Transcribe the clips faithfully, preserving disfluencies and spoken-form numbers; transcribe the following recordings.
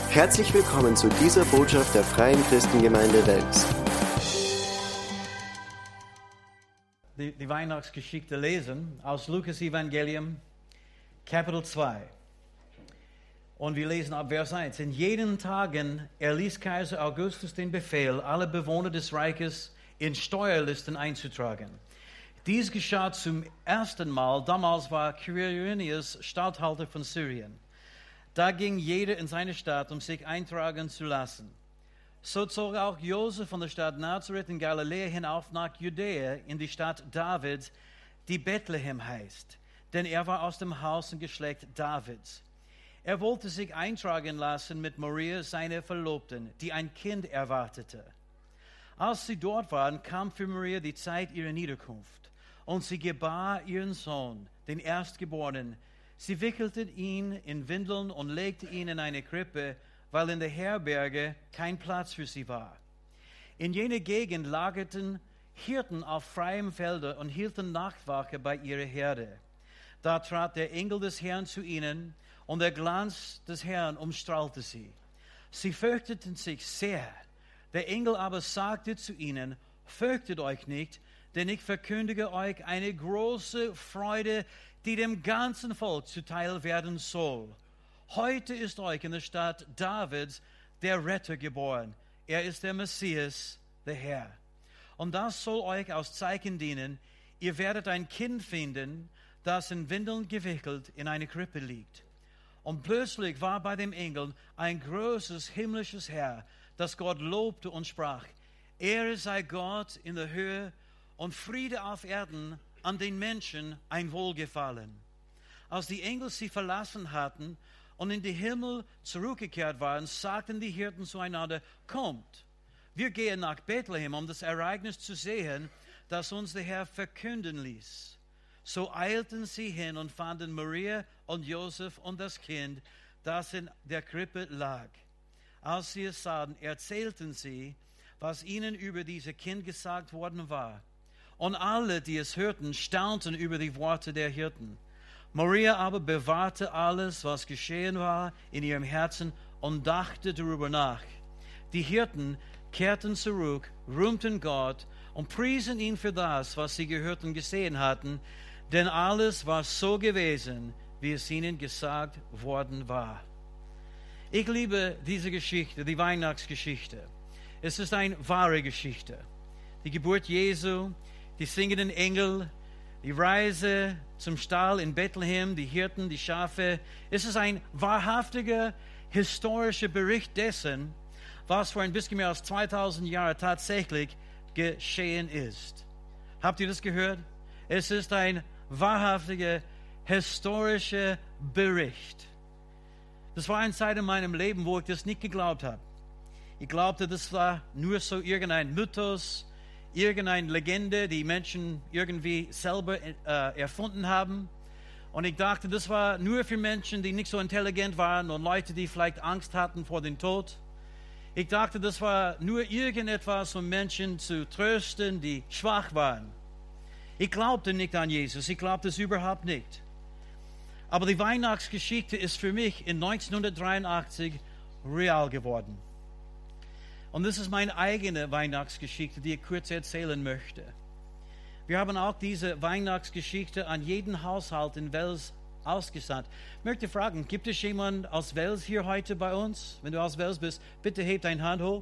Herzlich willkommen zu dieser Botschaft der Freien Christengemeinde Wels. Die, die Weihnachtsgeschichte lesen aus Lukas Evangelium, Kapitel zwei. Und wir lesen ab Vers eins. In jenen Tagen erließ Kaiser Augustus den Befehl, alle Bewohner des Reiches in Steuerlisten einzutragen. Dies geschah zum ersten Mal. Damals war Quirinius Statthalter von Syrien. Da ging jeder in seine Stadt, um sich eintragen zu lassen. So zog auch Josef von der Stadt Nazareth in Galiläa hinauf nach Judäa in die Stadt Davids, die Bethlehem heißt, denn er war aus dem Haus und Geschlecht Davids. Er wollte sich eintragen lassen mit Maria, seiner Verlobten, die ein Kind erwartete. Als sie dort waren, kam für Maria die Zeit ihrer Niederkunft, und sie gebar ihren Sohn, den Erstgeborenen. Sie wickelte ihn in Windeln und legte ihn in eine Krippe, weil in der Herberge kein Platz für sie war. In jener Gegend lagerten Hirten auf freiem Felde und hielten Nachtwache bei ihrer Herde. Da trat der Engel des Herrn zu ihnen, und der Glanz des Herrn umstrahlte sie. Sie fürchteten sich sehr. Der Engel aber sagte zu ihnen: Fürchtet euch nicht, denn ich verkündige euch eine große Freude, die dem ganzen Volk zuteil werden soll. Heute ist euch in der Stadt Davids der Retter geboren. Er ist der Messias, der Herr. Und das soll euch als Zeichen dienen. Ihr werdet ein Kind finden, das in Windeln gewickelt in eine Krippe liegt. Und plötzlich war bei dem Engel ein großes himmlisches Heer, das Gott lobte und sprach: Ehre sei Gott in der Höhe und Friede auf Erden an den Menschen ein Wohlgefallen. Als die Engel sie verlassen hatten und in den Himmel zurückgekehrt waren, sagten die Hirten zueinander: Kommt, wir gehen nach Bethlehem, um das Ereignis zu sehen, das uns der Herr verkünden ließ. So eilten sie hin und fanden Maria und Josef und das Kind, das in der Krippe lag. Als sie es sahen, erzählten sie, was ihnen über dieses Kind gesagt worden war. Und alle, die es hörten, staunten über die Worte der Hirten. Maria aber bewahrte alles, was geschehen war, in ihrem Herzen und dachte darüber nach. Die Hirten kehrten zurück, rühmten Gott und priesen ihn für das, was sie gehört und gesehen hatten, denn alles war so gewesen, wie es ihnen gesagt worden war. Ich liebe diese Geschichte, die Weihnachtsgeschichte. Es ist eine wahre Geschichte. Die Geburt Jesu, die singenden Engel, die Reise zum Stall in Bethlehem, die Hirten, die Schafe. Es ist ein wahrhaftiger historischer Bericht dessen, was vor ein bisschen mehr als zweitausend Jahren tatsächlich geschehen ist. Habt ihr das gehört? Es ist ein wahrhaftiger historischer Bericht. Das war eine Zeit in meinem Leben, wo ich das nicht geglaubt habe. Ich glaubte, das war nur so irgendein Mythos, irgendeine Legende, die Menschen irgendwie selber äh, erfunden haben. Und ich dachte, das war nur für Menschen, die nicht so intelligent waren und Leute, die vielleicht Angst hatten vor dem Tod. Ich dachte, das war nur irgendetwas, um Menschen zu trösten, die schwach waren. Ich glaubte nicht an Jesus, ich glaubte es überhaupt nicht. Aber die Weihnachtsgeschichte ist für mich in neunzehnhundertdreiundachtzig real geworden. Und das ist meine eigene Weihnachtsgeschichte, die ich kurz erzählen möchte. Wir haben auch diese Weihnachtsgeschichte an jeden Haushalt in Wels ausgesandt. Ich möchte fragen, gibt es jemanden aus Wels hier heute bei uns? Wenn du aus Wels bist, bitte heb deine Hand hoch.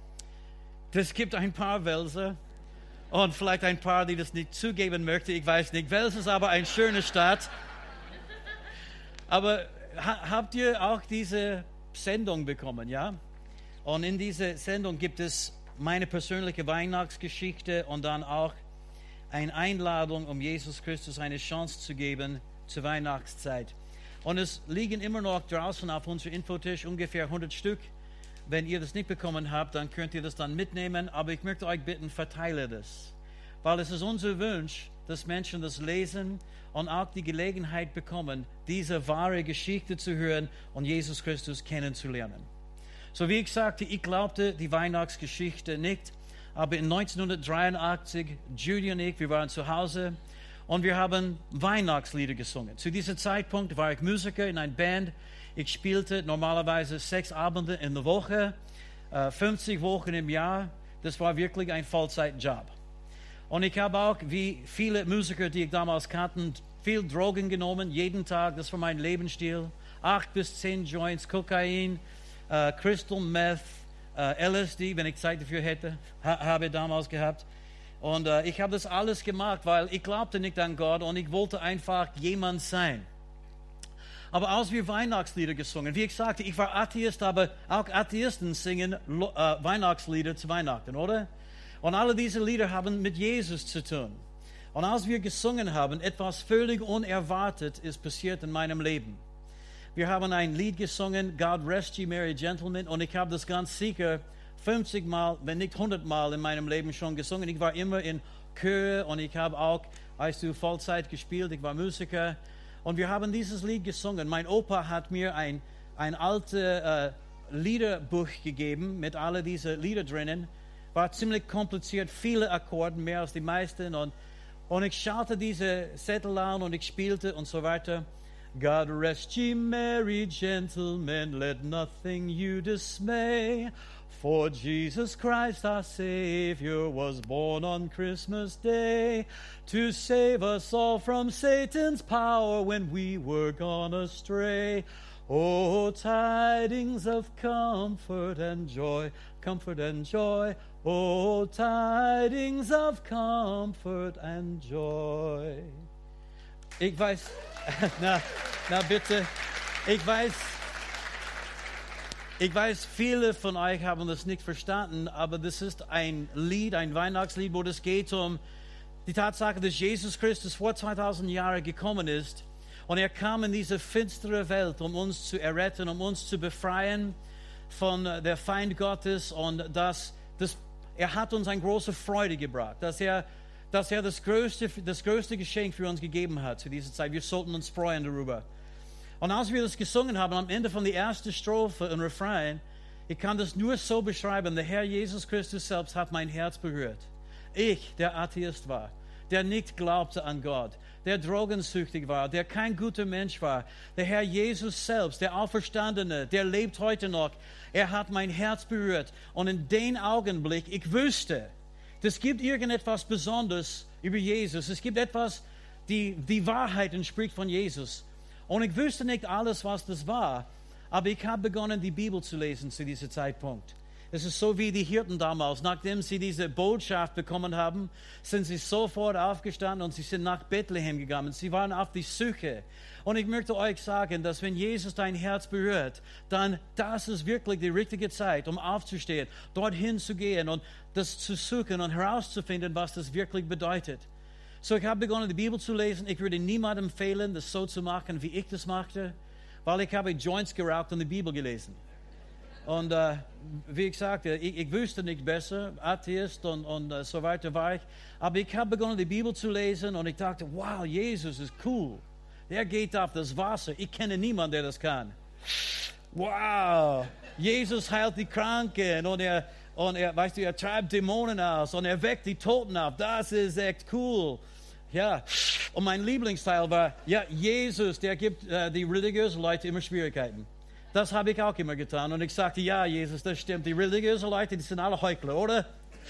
Es gibt ein paar Welser und vielleicht ein paar, die das nicht zugeben möchten. Ich weiß nicht. Wels ist aber eine schöne Stadt. Aber ha- habt ihr auch diese Sendung bekommen, ja? Und in dieser Sendung gibt es meine persönliche Weihnachtsgeschichte und dann auch eine Einladung, um Jesus Christus eine Chance zu geben zur Weihnachtszeit. Und es liegen immer noch draußen auf unserem Infotisch ungefähr hundert Stück. Wenn ihr das nicht bekommen habt, dann könnt ihr das dann mitnehmen. Aber ich möchte euch bitten, verteile das. Weil es ist unser Wunsch, dass Menschen das lesen und auch die Gelegenheit bekommen, diese wahre Geschichte zu hören und Jesus Christus kennenzulernen. So wie ich sagte, ich glaubte die Weihnachtsgeschichte nicht, aber in neunzehnhundertdreiundachtzig, Judy und ich, wir waren zu Hause Und wir haben Weihnachtslieder gesungen. Zu diesem Zeitpunkt war ich Musiker in einer Band. Ich spielte normalerweise sechs Abende in der Woche, fünfzig Wochen im Jahr. Das war wirklich ein Vollzeitjob. Und ich habe auch, wie viele Musiker, die ich damals kannte, viel Drogen genommen, jeden Tag. Das war mein Lebensstil. Acht bis zehn Joints, Kokain, äh, Crystal Meth, äh, L S D, wenn ich Zeit dafür hätte, ha, habe ich damals gehabt. Und äh, ich habe das alles gemacht, weil ich glaubte nicht an Gott und ich wollte einfach jemand sein. Aber als wir Weihnachtslieder gesungen, wie ich sagte, ich war Atheist, aber auch Atheisten singen äh, Weihnachtslieder zu Weihnachten, oder? Und alle diese Lieder haben mit Jesus zu tun. Und als wir gesungen haben, etwas völlig Unerwartet ist passiert in meinem Leben. Wir haben ein Lied gesungen, God Rest Ye Merry Gentlemen, und ich habe das ganz sicher fünfzig Mal, wenn nicht hundert Mal in meinem Leben schon gesungen. Ich war immer in Chöre und ich habe auch, weißt du, Vollzeit gespielt, ich war Musiker. Und wir haben dieses Lied gesungen. Mein Opa hat mir ein, ein altes äh, Liederbuch gegeben mit all diesen Lieder drinnen. War ziemlich kompliziert, viele Akkorde, mehr als die meisten. Und, und ich schaute diese Zettel an und ich spielte und so weiter. God rest ye merry gentlemen, let nothing you dismay. For Jesus Christ our Savior was born on Christmas Day to save us all from Satan's power when we were gone astray. Oh, tidings of comfort and joy, comfort and joy. Oh, tidings of comfort and joy. Ich weiß, na, na bitte, ich weiß, ich weiß, viele von euch haben das nicht verstanden, aber das ist ein Lied, ein Weihnachtslied, wo es geht um die Tatsache, dass Jesus Christus vor zweitausend Jahren gekommen ist. Und er kam in diese finstere Welt, um uns zu erretten, um uns zu befreien von der Feind Gottes. Und das, das, er hat uns eine große Freude gebracht, dass er, dass er das, größte, das größte Geschenk für uns gegeben hat zu dieser Zeit. Wir sollten uns freuen darüber. Und als wir das gesungen haben, am Ende von der ersten Strophe und Refrain, ich kann das nur so beschreiben, der Herr Jesus Christus selbst hat mein Herz berührt. Ich, der Atheist war, der nicht glaubte an Gott, der drogensüchtig war, der kein guter Mensch war. Der Herr Jesus selbst, der Auferstandene, der lebt heute noch. Er hat mein Herz berührt. Und in dem Augenblick, ich wusste, es gibt irgendetwas Besonderes über Jesus. Es gibt etwas, die die Wahrheit entspricht von Jesus. Und ich wusste nicht alles, was das war. Aber ich habe begonnen, die Bibel zu lesen zu diesem Zeitpunkt. Es ist so wie die Hirten damals. Nachdem sie diese Botschaft bekommen haben, sind sie sofort aufgestanden und sie sind nach Bethlehem gegangen. Sie waren auf die Suche. Und ich möchte euch sagen, dass wenn Jesus dein Herz berührt, dann das ist wirklich die richtige Zeit, um aufzustehen, dorthin zu gehen und das zu suchen und herauszufinden, was das wirklich bedeutet. So, ich habe begonnen, die Bibel zu lesen. Ich würde niemandem empfehlen, das so zu machen, wie ich das machte, weil ich habe Joints geraucht und die Bibel gelesen. Und äh, wie ich sagte, ich, ich wusste nicht besser, Atheist und, und uh, so weiter war ich. Aber ich habe begonnen, die Bibel zu lesen und ich dachte, wow, Jesus ist cool. Der geht auf das Wasser. Ich kenne niemanden, der das kann. Wow, Jesus heilt die Kranken und er, und er, weißt du, er treibt Dämonen aus und er weckt die Toten auf. Das ist echt cool. Ja, und mein Lieblingsteil war, ja, Jesus, der gibt äh, die religiösen Leute immer Schwierigkeiten. Das habe ich auch immer getan. Und ich sagte, ja, Jesus, das stimmt. Die religiösen Leute, die sind alle Heuchler, oder?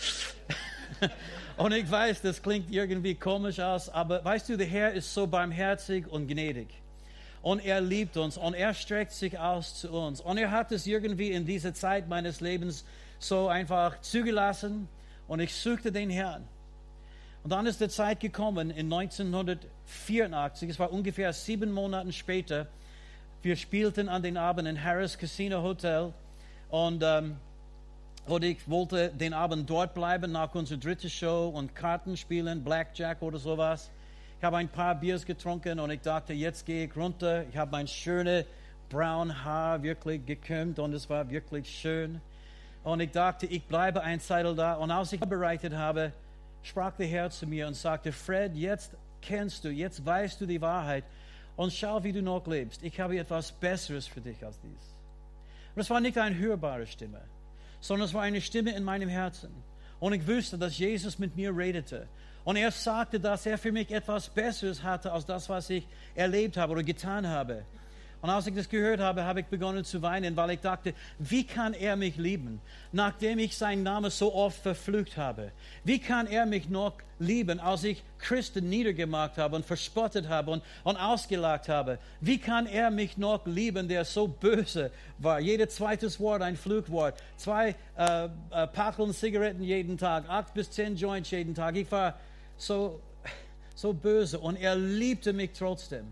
Und ich weiß, das klingt irgendwie komisch aus, aber weißt du, der Herr ist so barmherzig und gnädig. Und er liebt uns und er streckt sich aus zu uns. Und er hat es irgendwie in dieser Zeit meines Lebens so einfach zugelassen. Und ich suchte den Herrn. Und dann ist die Zeit gekommen in neunzehnhundertvierundachtzig. Es war ungefähr sieben Monate später. Wir spielten an den Abend in Harris Casino Hotel und, ähm, und ich wollte den Abend dort bleiben nach unserer dritten Show und Karten spielen, Blackjack oder sowas. Ich habe ein paar Biers getrunken und ich dachte, jetzt gehe ich runter. Ich habe mein schönes braun Haar wirklich gekämmt und es war wirklich schön. Und ich dachte, ich bleibe ein Zeitl da. Und als ich vorbereitet habe, sprach der Herr zu mir und sagte, Fred, jetzt kennst du, jetzt weißt du die Wahrheit. Und schau, wie du noch lebst. Ich habe etwas Besseres für dich als dies. Und es war nicht eine hörbare Stimme, sondern es war eine Stimme in meinem Herzen. Und ich wusste, dass Jesus mit mir redete. Und er sagte, dass er für mich etwas Besseres hatte, als das, was ich erlebt habe oder getan habe. Und als ich das gehört habe, habe ich begonnen zu weinen, weil ich dachte, wie kann er mich lieben, nachdem ich seinen Namen so oft verflucht habe? Wie kann er mich noch lieben, als ich Christen niedergemacht habe und verspottet habe und, und ausgelacht habe? Wie kann er mich noch lieben, der so böse war? Jedes zweites Wort ein Fluchwort. Zwei äh, äh, Packeln Zigaretten jeden Tag, acht bis zehn Joints jeden Tag. Ich war so, so böse und er liebte mich trotzdem.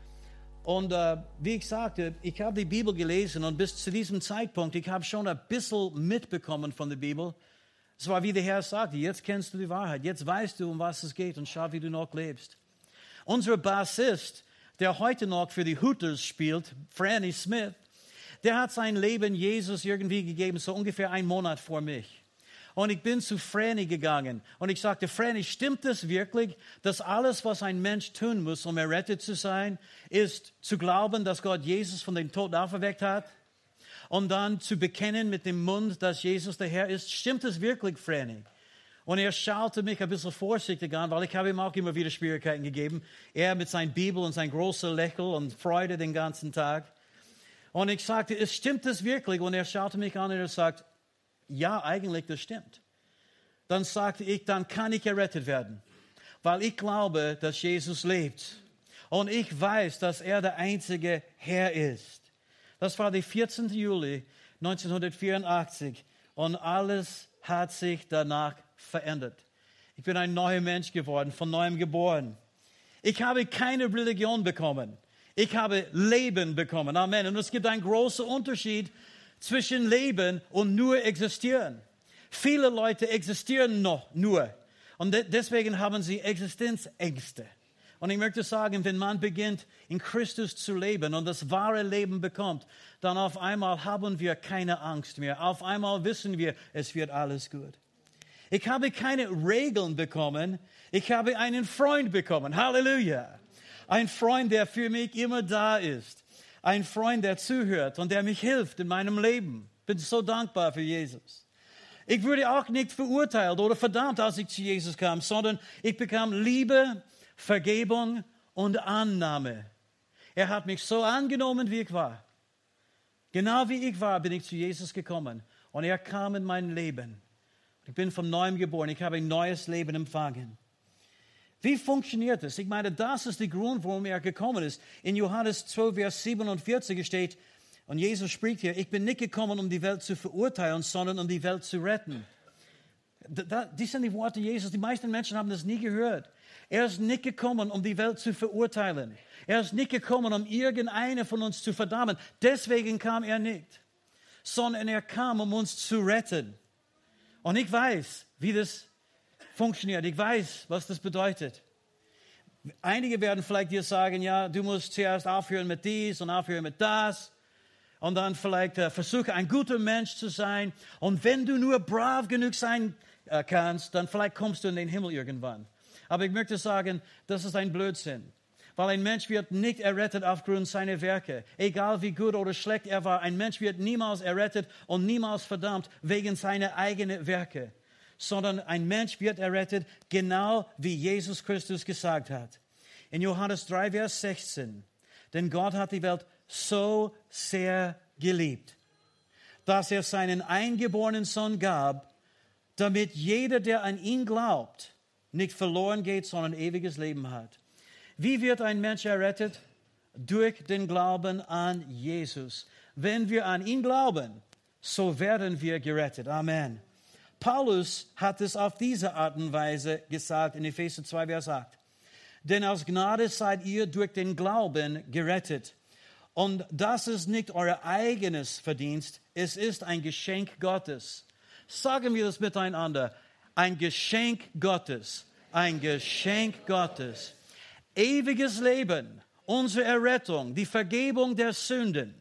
Und äh, wie ich sagte, ich habe die Bibel gelesen und bis zu diesem Zeitpunkt, ich habe schon ein bisschen mitbekommen von der Bibel. Es war, wie der Herr sagte, jetzt kennst du die Wahrheit, jetzt weißt du, um was es geht und schau, wie du noch lebst. Unser Bassist, der heute noch für die Hooters spielt, Franny Smith, der hat sein Leben Jesus irgendwie gegeben, so ungefähr einen Monat vor mich. Und ich bin zu Franny gegangen und ich sagte, Franny, stimmt es wirklich, dass alles, was ein Mensch tun muss, um errettet zu sein, ist zu glauben, dass Gott Jesus von den Toten auferweckt hat und dann zu bekennen mit dem Mund, dass Jesus der Herr ist? Stimmt es wirklich, Franny? Und er schaute mich ein bisschen vorsichtig an, weil ich habe ihm auch immer wieder Schwierigkeiten gegeben. Er mit seiner Bibel und sein großer Lächeln und Freude den ganzen Tag. Und ich sagte, es stimmt es wirklich? Und er schaute mich an und er sagt, ja, eigentlich, das stimmt. Dann sagte ich, dann kann ich errettet werden, weil ich glaube, dass Jesus lebt. Und ich weiß, dass er der einzige Herr ist. Das war der vierzehnten Juli neunzehnhundertvierundachtzig und alles hat sich danach verändert. Ich bin ein neuer Mensch geworden, von neuem geboren. Ich habe keine Religion bekommen. Ich habe Leben bekommen. Amen. Und es gibt einen großen Unterschied zwischen Leben und nur existieren. Viele Leute existieren noch nur. Und de- deswegen haben sie Existenzängste. Und ich möchte sagen, wenn man beginnt, in Christus zu leben und das wahre Leben bekommt, dann auf einmal haben wir keine Angst mehr. Auf einmal wissen wir, es wird alles gut. Ich habe keine Regeln bekommen. Ich habe einen Freund bekommen. Halleluja. Ein Freund, der für mich immer da ist. Ein Freund, der zuhört und der mich hilft in meinem Leben. Ich bin so dankbar für Jesus. Ich wurde auch nicht verurteilt oder verdammt, als ich zu Jesus kam, sondern ich bekam Liebe, Vergebung und Annahme. Er hat mich so angenommen, wie ich war. Genau wie ich war, bin ich zu Jesus gekommen. Und er kam in mein Leben. Ich bin von neuem geboren. Ich habe ein neues Leben empfangen. Wie funktioniert das? Ich meine, das ist der Grund, warum er gekommen ist. In Johannes zwölf, Vers siebenundvierzig steht, und Jesus spricht hier, ich bin nicht gekommen, um die Welt zu verurteilen, sondern um die Welt zu retten. Das sind die Worte Jesus. Die meisten Menschen haben das nie gehört. Er ist nicht gekommen, um die Welt zu verurteilen. Er ist nicht gekommen, um irgendeine von uns zu verdammen. Deswegen kam er nicht. Sondern er kam, um uns zu retten. Und ich weiß, wie das funktioniert. Ich weiß, was das bedeutet. Einige werden vielleicht dir sagen, ja, du musst zuerst aufhören mit dies und aufhören mit das. Und dann vielleicht äh, versuche, ein guter Mensch zu sein. Und wenn du nur brav genug sein äh, kannst, dann vielleicht kommst du in den Himmel irgendwann. Aber ich möchte sagen, das ist ein Blödsinn. Weil ein Mensch wird nicht errettet aufgrund seiner Werke. Egal wie gut oder schlecht er war, ein Mensch wird niemals errettet und niemals verdammt wegen seiner eigenen Werke. Sondern ein Mensch wird errettet, genau wie Jesus Christus gesagt hat. In Johannes drei, Vers sechzehn. Denn Gott hat die Welt so sehr geliebt, dass er seinen eingeborenen Sohn gab, damit jeder, der an ihn glaubt, nicht verloren geht, sondern ewiges Leben hat. Wie wird ein Mensch errettet? Durch den Glauben an Jesus. Wenn wir an ihn glauben, so werden wir gerettet. Amen. Paulus hat es auf diese Art und Weise gesagt in Epheser zwei, Vers acht. Denn aus Gnade seid ihr durch den Glauben gerettet. Und das ist nicht euer eigenes Verdienst, es ist ein Geschenk Gottes. Sagen wir das miteinander. Ein Geschenk Gottes. Ein Geschenk Gottes. Ewiges Leben, unsere Errettung, die Vergebung der Sünden.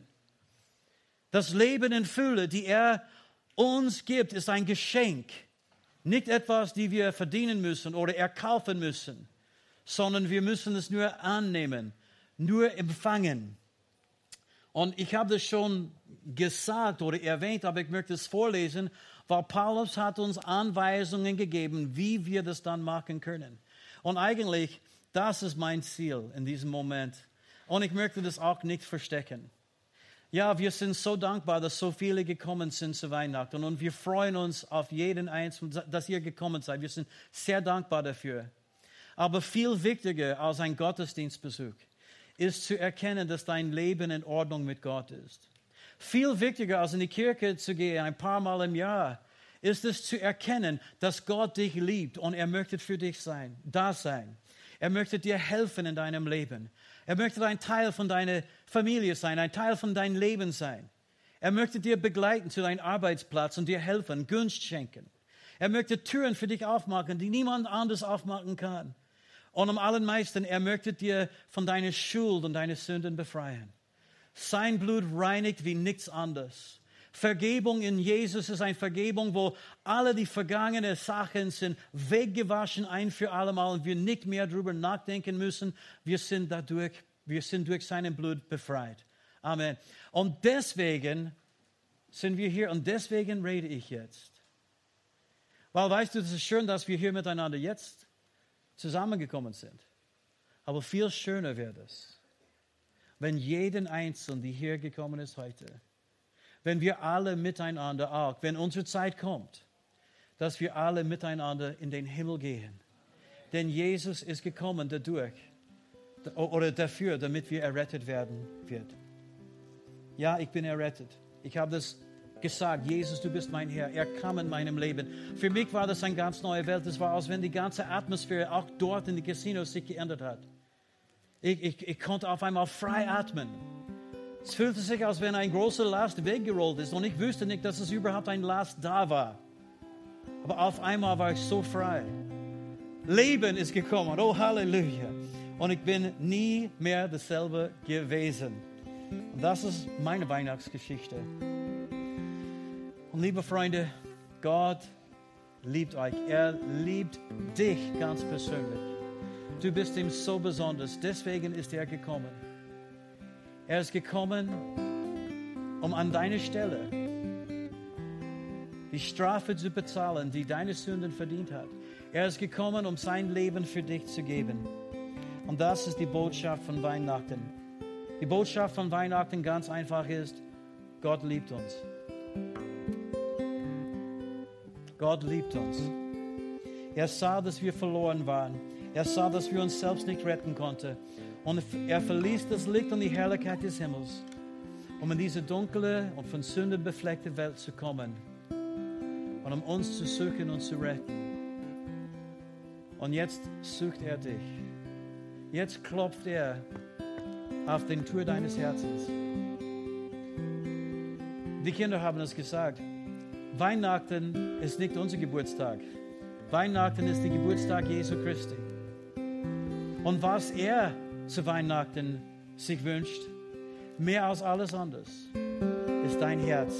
Das Leben in Fülle, die er uns gibt, ist ein Geschenk. Nicht etwas, die wir verdienen müssen oder erkaufen müssen, sondern wir müssen es nur annehmen, nur empfangen. Und ich habe das schon gesagt oder erwähnt, aber ich möchte es vorlesen, Weil Paulus hat uns Anweisungen gegeben, wie wir das dann machen können. Und eigentlich, das ist mein Ziel in diesem Moment. Und ich möchte das auch nicht verstecken. Ja, wir sind so dankbar, dass so viele gekommen sind zu Weihnachten. Und wir freuen uns auf jeden Einzelnen, dass ihr gekommen seid. Wir sind sehr dankbar dafür. Aber viel wichtiger als ein Gottesdienstbesuch ist zu erkennen, dass dein Leben in Ordnung mit Gott ist. Viel wichtiger als in die Kirche zu gehen, ein paar Mal im Jahr, ist es zu erkennen, dass Gott dich liebt und er möchte für dich sein, da sein. Er möchte dir helfen in deinem Leben. Er möchte ein Teil von deiner Familie sein, ein Teil von deinem Leben sein. Er möchte dir begleiten zu deinem Arbeitsplatz und dir helfen, Gunst schenken. Er möchte Türen für dich aufmachen, die niemand anders aufmachen kann. Und am allermeisten, er möchte dir von deiner Schuld und deinen Sünden befreien. Sein Blut reinigt wie nichts anderes. Vergebung in Jesus ist eine Vergebung, wo alle die vergangenen Sachen sind weggewaschen ein für allemal und wir nicht mehr darüber nachdenken müssen. Wir sind dadurch, wir sind durch sein Blut befreit. Amen. Und deswegen sind wir hier und deswegen rede ich jetzt. Weil, weißt du, es ist schön, dass wir hier miteinander jetzt zusammengekommen sind. Aber viel schöner wäre es, wenn jeden Einzelnen, die hier gekommen ist heute, wenn wir alle miteinander auch, wenn unsere Zeit kommt, dass wir alle miteinander in den Himmel gehen. Denn Jesus ist gekommen dadurch oder dafür, damit wir errettet werden wird. Ja, ich bin errettet. Ich habe das gesagt, Jesus, du bist mein Herr. Er kam in meinem Leben. Für mich war das eine ganz neue Welt. Es war, als wenn die ganze Atmosphäre auch dort in den Casinos sich geändert hat. Ich, ich, ich konnte auf einmal frei atmen. Es fühlte sich, als wenn ein großer Last weggerollt ist und ich wusste nicht, dass es überhaupt ein Last da war. Aber auf einmal war ich so frei. Leben ist gekommen. Oh, Halleluja. Und ich bin nie mehr dasselbe gewesen. Und das ist meine Weihnachtsgeschichte. Und liebe Freunde, Gott liebt euch. Er liebt dich ganz persönlich. Du bist ihm so besonders. Deswegen ist er gekommen. Er ist gekommen, um an deiner Stelle die Strafe zu bezahlen, die deine Sünden verdient hat. Er ist gekommen, um sein Leben für dich zu geben. Und das ist die Botschaft von Weihnachten. Die Botschaft von Weihnachten ganz einfach ist, Gott liebt uns. Gott liebt uns. Er sah, dass wir verloren waren. Er sah, dass wir uns selbst nicht retten konnten. Und er verließ das Licht und die Herrlichkeit des Himmels, um in diese dunkle und von Sünden befleckte Welt zu kommen und um uns zu suchen und zu retten. Und jetzt sucht er dich. Jetzt klopft er auf den Tür deines Herzens. Die Kinder haben es gesagt. Weihnachten ist nicht unser Geburtstag. Weihnachten ist der Geburtstag Jesu Christi. Und was er zu Weihnachten sich wünscht, mehr als alles anderes, ist dein Herz.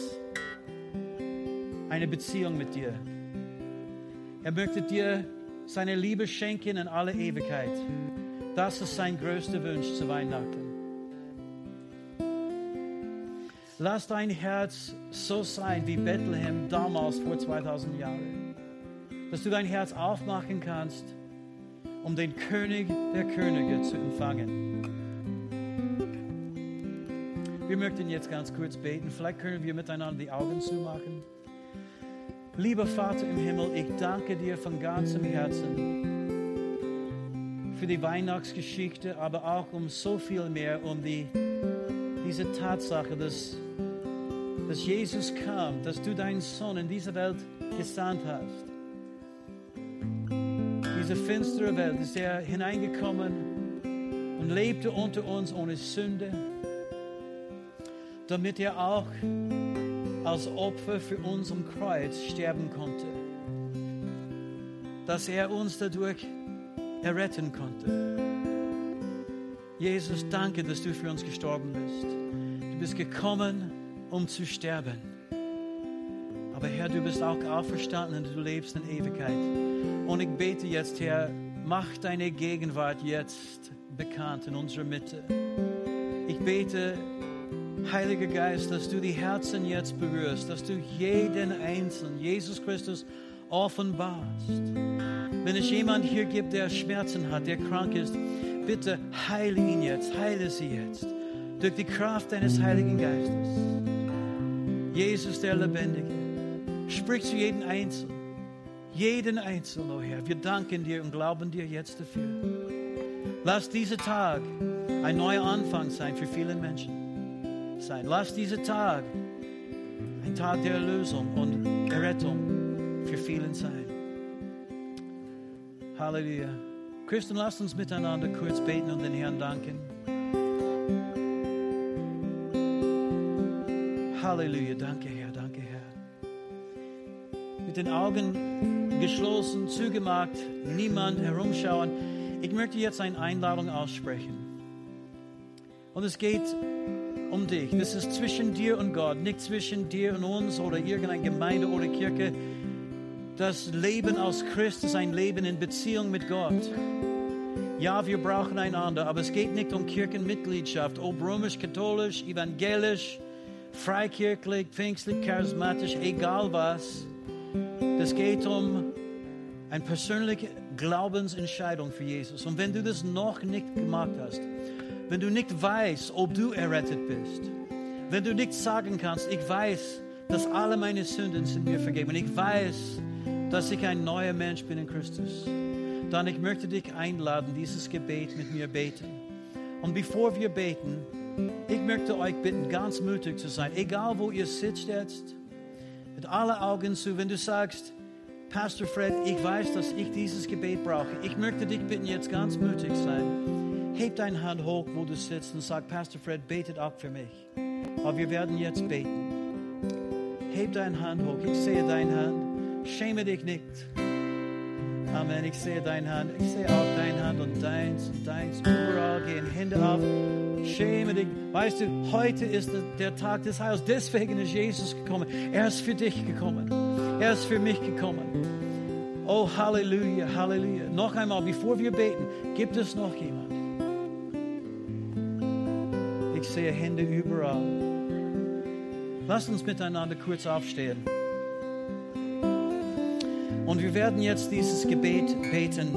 Eine Beziehung mit dir. Er möchte dir seine Liebe schenken in alle Ewigkeit. Das ist sein größter Wunsch zu Weihnachten. Lass dein Herz so sein wie Bethlehem damals vor zweitausend Jahren. Dass du dein Herz aufmachen kannst, um den König der Könige zu empfangen. Wir möchten jetzt ganz kurz beten. Vielleicht können wir miteinander die Augen zumachen. Lieber Vater im Himmel, ich danke dir von ganzem Herzen für die Weihnachtsgeschichte, aber auch um so viel mehr, um die, diese Tatsache, dass, dass Jesus kam, dass du deinen Sohn in diese Welt gesandt hast. Diese finstere Welt ist er hineingekommen und lebte unter uns ohne Sünde, damit er auch als Opfer für uns am Kreuz sterben konnte, dass er uns dadurch erretten konnte. Jesus, danke, dass du für uns gestorben bist. Du bist gekommen, um zu sterben. Aber Herr, du bist auch auferstanden und du lebst in Ewigkeit. Und ich bete jetzt, Herr, mach deine Gegenwart jetzt bekannt in unserer Mitte. Ich bete, Heiliger Geist, dass du die Herzen jetzt berührst, dass du jeden Einzelnen, Jesus Christus, offenbarst. Wenn es jemand hier gibt, der Schmerzen hat, der krank ist, bitte heile ihn jetzt, heile sie jetzt, durch die Kraft deines Heiligen Geistes. Jesus, der Lebendige, sprich zu jedem Einzelnen, jeden Einzelnen, oh Herr. Wir danken dir und glauben dir jetzt dafür. Lass dieser Tag ein neuer Anfang sein für viele Menschen. Sein. Lass dieser Tag ein Tag der Erlösung und Errettung für vielen sein. Halleluja. Christen, lasst uns miteinander kurz beten und den Herrn danken. Halleluja. Danke, Herr. Danke, Herr. Mit den Augen geschlossen, zugemacht, niemand herumschauen. Ich möchte jetzt eine Einladung aussprechen. Und es geht um dich. Das ist zwischen dir und Gott, nicht zwischen dir und uns oder irgendeine Gemeinde oder Kirche. Das Leben als Christ ist ein Leben in Beziehung mit Gott. Ja, wir brauchen einander, aber es geht nicht um Kirchenmitgliedschaft, ob römisch, katholisch, evangelisch, freikirchlich, pfingstlich, charismatisch, egal was. Es geht um eine persönliche Glaubensentscheidung für Jesus. Und wenn du das noch nicht gemacht hast, wenn du nicht weißt, ob du errettet bist, wenn du nicht sagen kannst, ich weiß, dass alle meine Sünden sind mir vergeben und ich weiß, dass ich ein neuer Mensch bin in Christus, dann ich möchte dich einladen, dieses Gebet mit mir beten. Und bevor wir beten, ich möchte euch bitten, ganz mutig zu sein, egal wo ihr sitzt jetzt, mit allen Augen zu, wenn du sagst, Pastor Fred, ich weiß, dass ich dieses Gebet brauche. Ich möchte dich bitten, jetzt ganz mutig sein. Heb deine Hand hoch, wo du sitzt und sag, Pastor Fred, betet auch für mich. Aber wir werden jetzt beten. Heb deine Hand hoch. Ich sehe deine Hand. Schäme dich nicht. Amen. Ich sehe deine Hand. Ich sehe auch deine Hand und deins und deins. Überall gehen Hände auf. Schäme dich. Weißt du, heute ist der Tag des Heils. Deswegen ist Jesus gekommen. Er ist für dich gekommen. Er ist für mich gekommen. Oh, Halleluja, Halleluja. Noch einmal, bevor wir beten, gibt es noch jemand? Ich sehe Hände überall. Lasst uns miteinander kurz aufstehen. Und wir werden jetzt dieses Gebet beten.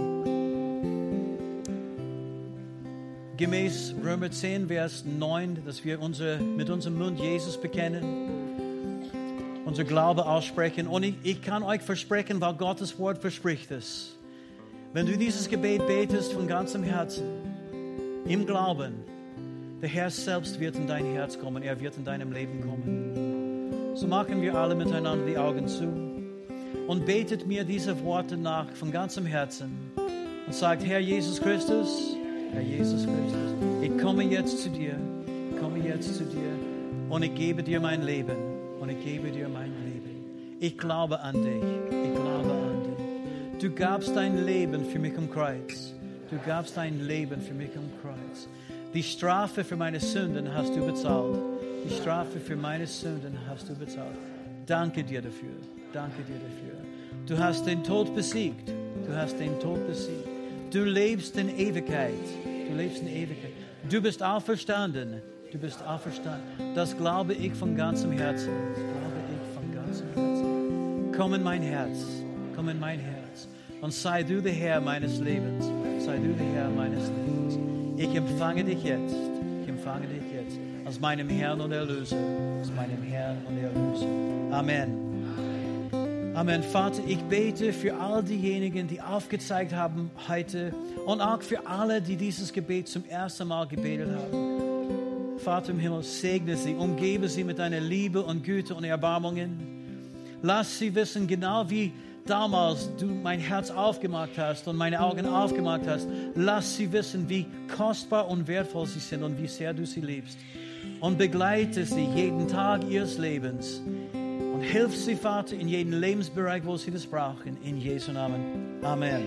Gemäß Römer zehn, Vers neun, dass wir unser, mit unserem Mund Jesus bekennen, unser Glaube aussprechen. Und ich, ich kann euch versprechen, weil Gottes Wort verspricht es. Wenn du dieses Gebet betest von ganzem Herzen, im Glauben, der Herr selbst wird in dein Herz kommen. Er wird in deinem Leben kommen. So machen wir alle miteinander die Augen zu und betet mir diese Worte nach von ganzem Herzen und sagt, Herr Jesus Christus, Herr Jesus Christus, ich komme jetzt zu dir, ich komme jetzt zu dir und ich gebe dir mein Leben und ich gebe dir mein Leben. Ich glaube an dich, ich glaube an dich. Du gabst dein Leben für mich am Kreuz. Du gabst dein Leben für mich am Kreuz. Die Strafe für meine Sünden hast du bezahlt. Die Strafe für meine Sünden hast du bezahlt. Danke dir dafür. Danke dir dafür. Du hast den Tod besiegt. Du hast den Tod besiegt. Du lebst in Ewigkeit. Du lebst in Ewigkeit. Du bist auferstanden. Du bist auferstanden. Das glaube ich von ganzem Herzen. Das glaube ich von ganzem Herzen. Komm in mein Herz. Komm in mein Herz. Und sei du der Herr meines Lebens. Sei du der Herr meines Lebens. Ich empfange dich jetzt. Ich empfange dich jetzt als meinem Herrn und Erlöser. Als meinem Herrn und Erlöser. Amen. Amen. Vater, ich bete für all diejenigen, die aufgezeigt haben heute und auch für alle, die dieses Gebet zum ersten Mal gebetet haben. Vater im Himmel, segne sie, umgebe sie mit deiner Liebe und Güte und Erbarmungen. Lass sie wissen, genau wie damals du mein Herz aufgemacht hast und meine Augen aufgemacht hast, lass sie wissen, wie kostbar und wertvoll sie sind und wie sehr du sie liebst. Und begleite sie jeden Tag ihres Lebens. Und hilf sie, Vater, in jedem Lebensbereich, wo sie das brauchen. In Jesu Namen. Amen.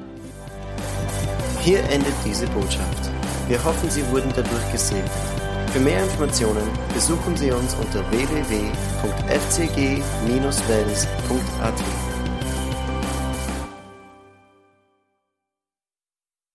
Hier endet diese Botschaft. Wir hoffen, Sie wurden dadurch gesegnet. Für mehr Informationen besuchen Sie uns unter w w w punkt f c g Bindestrich wels punkt a t.